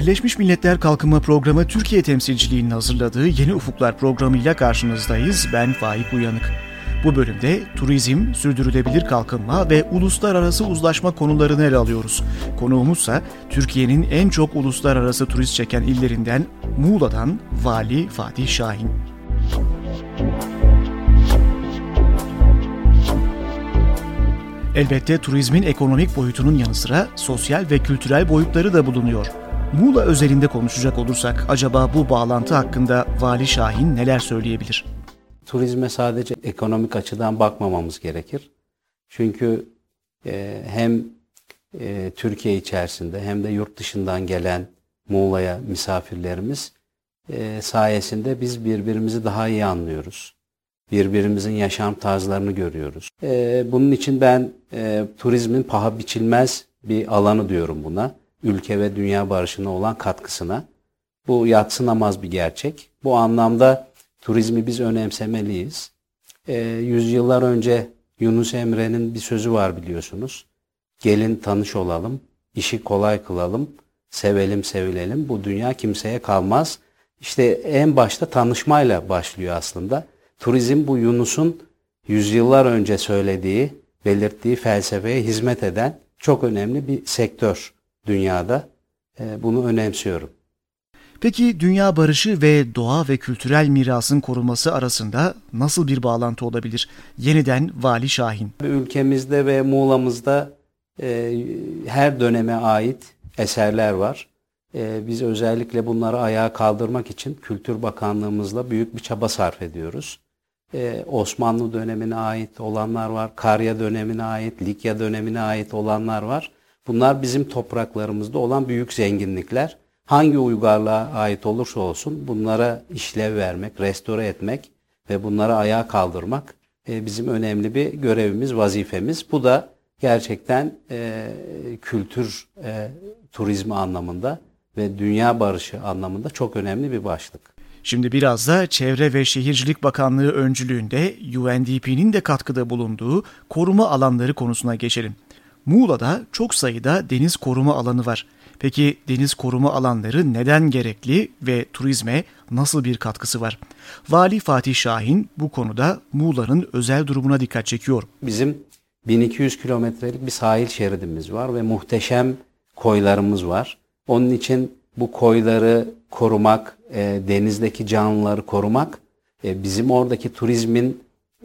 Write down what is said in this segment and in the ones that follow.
Birleşmiş Milletler Kalkınma Programı Türkiye temsilciliğinin hazırladığı Yeni Ufuklar programıyla karşınızdayız. Ben Faik Uyanık. Bu bölümde turizm, sürdürülebilir kalkınma ve uluslararası uzlaşma konularını ele alıyoruz. Konuğumuzsa Türkiye'nin en çok uluslararası turist çeken illerinden Muğla'dan Vali Fatih Şahin. Elbette turizmin ekonomik boyutunun yanı sıra sosyal ve kültürel boyutları da bulunuyor. Muğla özelinde konuşacak olursak acaba bu bağlantı hakkında Vali Şahin neler söyleyebilir? Turizme sadece ekonomik açıdan bakmamamız gerekir. Çünkü hem Türkiye içerisinde hem de yurt dışından gelen Muğla'ya misafirlerimiz sayesinde biz birbirimizi daha iyi anlıyoruz. Birbirimizin yaşam tarzlarını görüyoruz. Bunun için ben turizmin paha biçilmez bir alanı diyorum buna. Ülke ve dünya barışına olan katkısına. Bu yadsınamaz bir gerçek. Bu anlamda turizmi biz önemsemeliyiz. Yüzyıllar önce Yunus Emre'nin bir sözü var biliyorsunuz. Gelin tanış olalım, işi kolay kılalım, sevelim sevilelim. Bu dünya kimseye kalmaz. İşte en başta tanışmayla başlıyor aslında. Turizm bu Yunus'un yüzyıllar önce söylediği, belirttiği felsefeye hizmet eden çok önemli bir sektör dünyada. Bunu önemsiyorum. Peki dünya barışı ve doğa ve kültürel mirasın korunması arasında nasıl bir bağlantı olabilir? Yeniden Vali Şahin. Ülkemizde ve Muğla'mızda her döneme ait eserler var. Biz özellikle bunları ayağa kaldırmak için Kültür Bakanlığımızla büyük bir çaba sarf ediyoruz. Osmanlı dönemine ait olanlar var, Karya dönemine ait, Likya dönemine ait olanlar var. Bunlar bizim topraklarımızda olan büyük zenginlikler. Hangi uygarlığa ait olursa olsun bunlara işlev vermek, restore etmek ve bunları ayağa kaldırmak bizim önemli bir görevimiz, vazifemiz. Bu da gerçekten kültür turizmi anlamında ve dünya barışı anlamında çok önemli bir başlık. Şimdi biraz da Çevre ve Şehircilik Bakanlığı öncülüğünde UNDP'nin de katkıda bulunduğu koruma alanları konusuna geçelim. Muğla'da çok sayıda deniz koruma alanı var. Peki deniz koruma alanları neden gerekli ve turizme nasıl bir katkısı var? Vali Fatih Şahin bu konuda Muğla'nın özel durumuna dikkat çekiyor. Bizim 1200 kilometrelik bir sahil şeridimiz var ve muhteşem koylarımız var. Onun için bu koyları korumak, denizdeki canlıları korumak bizim oradaki turizmin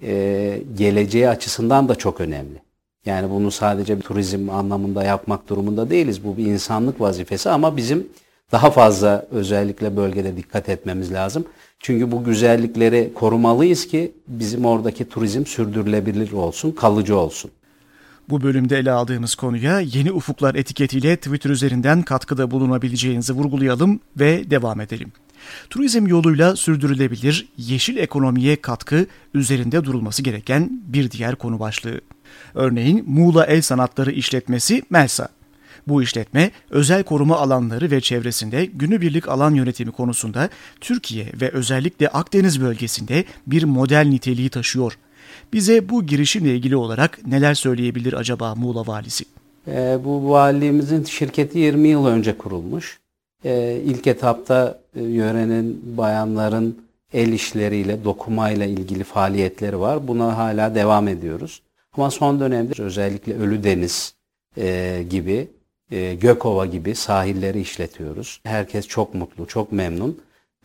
geleceği açısından da çok önemli. Yani bunu sadece bir turizm anlamında yapmak durumunda değiliz. Bu bir insanlık vazifesi ama bizim daha fazla özellikle bölgede dikkat etmemiz lazım. Çünkü bu güzellikleri korumalıyız ki bizim oradaki turizm sürdürülebilir olsun, kalıcı olsun. Bu bölümde ele aldığımız konuya Yeni Ufuklar etiketiyle Twitter üzerinden katkıda bulunabileceğinizi vurgulayalım ve devam edelim. Turizm yoluyla sürdürülebilir, yeşil ekonomiye katkı üzerinde durulması gereken bir diğer konu başlığı. Örneğin Muğla El Sanatları İşletmesi MELSA. Bu işletme özel koruma alanları ve çevresinde günübirlik alan yönetimi konusunda Türkiye ve özellikle Akdeniz bölgesinde bir model niteliği taşıyor. Bize bu girişimle ilgili olarak neler söyleyebilir acaba Muğla Valisi? Bu valiliğimizin şirketi 20 yıl önce kurulmuş. İlk etapta yörenin, bayanların el işleriyle, dokumayla ilgili faaliyetleri var. Buna hala devam ediyoruz. Ama son dönemde özellikle Ölüdeniz gibi, Gökova gibi sahilleri işletiyoruz. Herkes çok mutlu, çok memnun.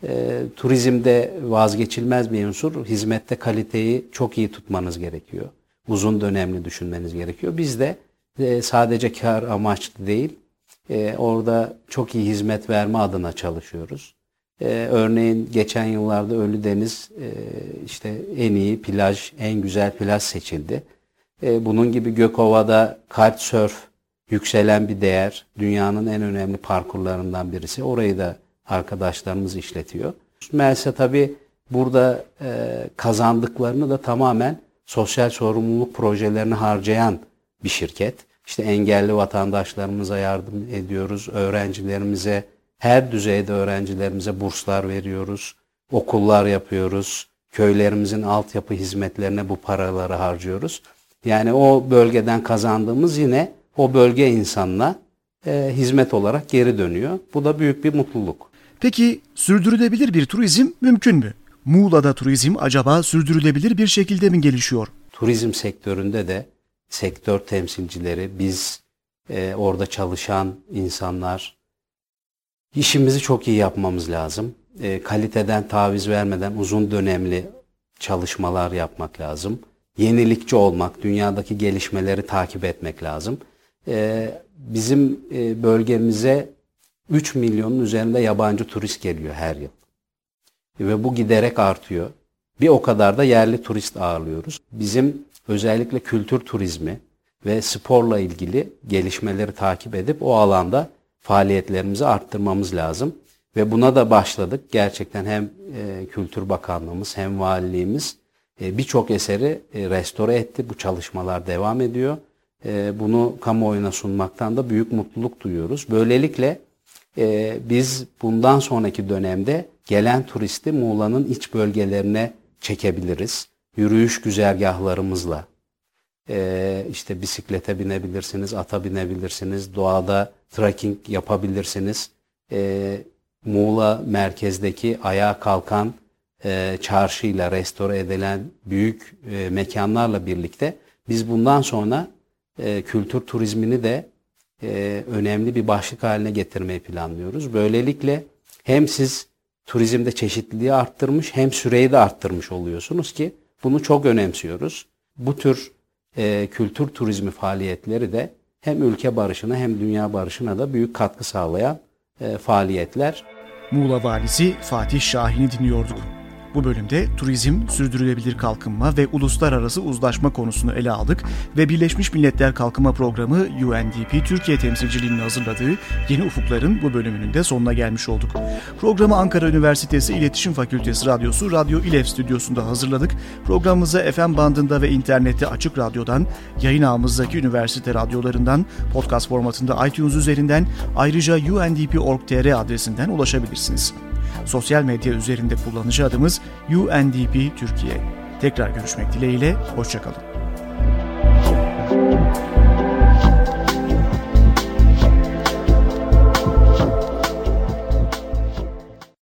Turizmde vazgeçilmez bir unsur. Hizmette kaliteyi çok iyi tutmanız gerekiyor. Uzun dönemli düşünmeniz gerekiyor. Biz de sadece kar amaçlı değil, orada çok iyi hizmet verme adına çalışıyoruz. Örneğin geçen yıllarda Ölüdeniz işte en iyi plaj, en güzel plaj seçildi. Bunun gibi Gökova'da kitesurf yükselen bir değer. Dünyanın en önemli parkurlarından birisi. Orayı da arkadaşlarımız işletiyor. MELSA tabii burada kazandıklarını da tamamen sosyal sorumluluk projelerine harcayan bir şirket. İşte engelli vatandaşlarımıza yardım ediyoruz, öğrencilerimize, her düzeyde öğrencilerimize burslar veriyoruz, okullar yapıyoruz, köylerimizin altyapı hizmetlerine bu paraları harcıyoruz. Yani o bölgeden kazandığımız yine o bölge insanına hizmet olarak geri dönüyor. Bu da büyük bir mutluluk. Peki sürdürülebilir bir turizm mümkün mü? Muğla'da turizm acaba sürdürülebilir bir şekilde mi gelişiyor? Turizm sektöründe de sektör temsilcileri, biz orada çalışan insanlar işimizi çok iyi yapmamız lazım. Kaliteden taviz vermeden uzun dönemli çalışmalar yapmak lazım. Yenilikçi olmak, dünyadaki gelişmeleri takip etmek lazım. Bizim bölgemize 3 milyonun üzerinde yabancı turist geliyor her yıl. Ve bu giderek artıyor. Bir o kadar da yerli turist ağırlıyoruz. Bizim özellikle kültür turizmi ve sporla ilgili gelişmeleri takip edip o alanda faaliyetlerimizi arttırmamız lazım. Ve buna da başladık. Gerçekten hem Kültür Bakanlığımız hem valiliğimiz birçok eseri restore etti. Bu çalışmalar devam ediyor. Bunu kamuoyuna sunmaktan da büyük mutluluk duyuyoruz. Böylelikle biz bundan sonraki dönemde gelen turisti Muğla'nın iç bölgelerine çekebiliriz. Yürüyüş güzergahlarımızla. İşte bisiklete binebilirsiniz, ata binebilirsiniz, doğada trekking yapabilirsiniz. Muğla merkezdeki ayağa kalkan çarşıyla restore edilen büyük mekanlarla birlikte biz bundan sonra kültür turizmini de önemli bir başlık haline getirmeyi planlıyoruz. Böylelikle hem siz turizmde çeşitliliği arttırmış hem süreyi de arttırmış oluyorsunuz ki bunu çok önemsiyoruz. Bu tür kültür turizmi faaliyetleri de hem ülke barışına hem dünya barışına da büyük katkı sağlayan faaliyetler. Muğla Valisi Fatih Şahin'i dinliyorduk. Bu bölümde turizm, sürdürülebilir kalkınma ve uluslararası uzlaşma konusunu ele aldık ve Birleşmiş Milletler Kalkınma Programı UNDP Türkiye temsilciliğinin hazırladığı Yeni Ufuklar'ın bu bölümünün de sonuna gelmiş olduk. Programı Ankara Üniversitesi İletişim Fakültesi Radyosu Radyo İLEF stüdyosunda hazırladık. Programımızı FM bandında ve internette Açık Radyo'dan, yayın ağımızdaki üniversite radyolarından, podcast formatında iTunes üzerinden, ayrıca undp.org.tr adresinden ulaşabilirsiniz. Sosyal medya üzerinde kullanıcı adımız UNDP Türkiye. Tekrar görüşmek dileğiyle, hoşça kalın.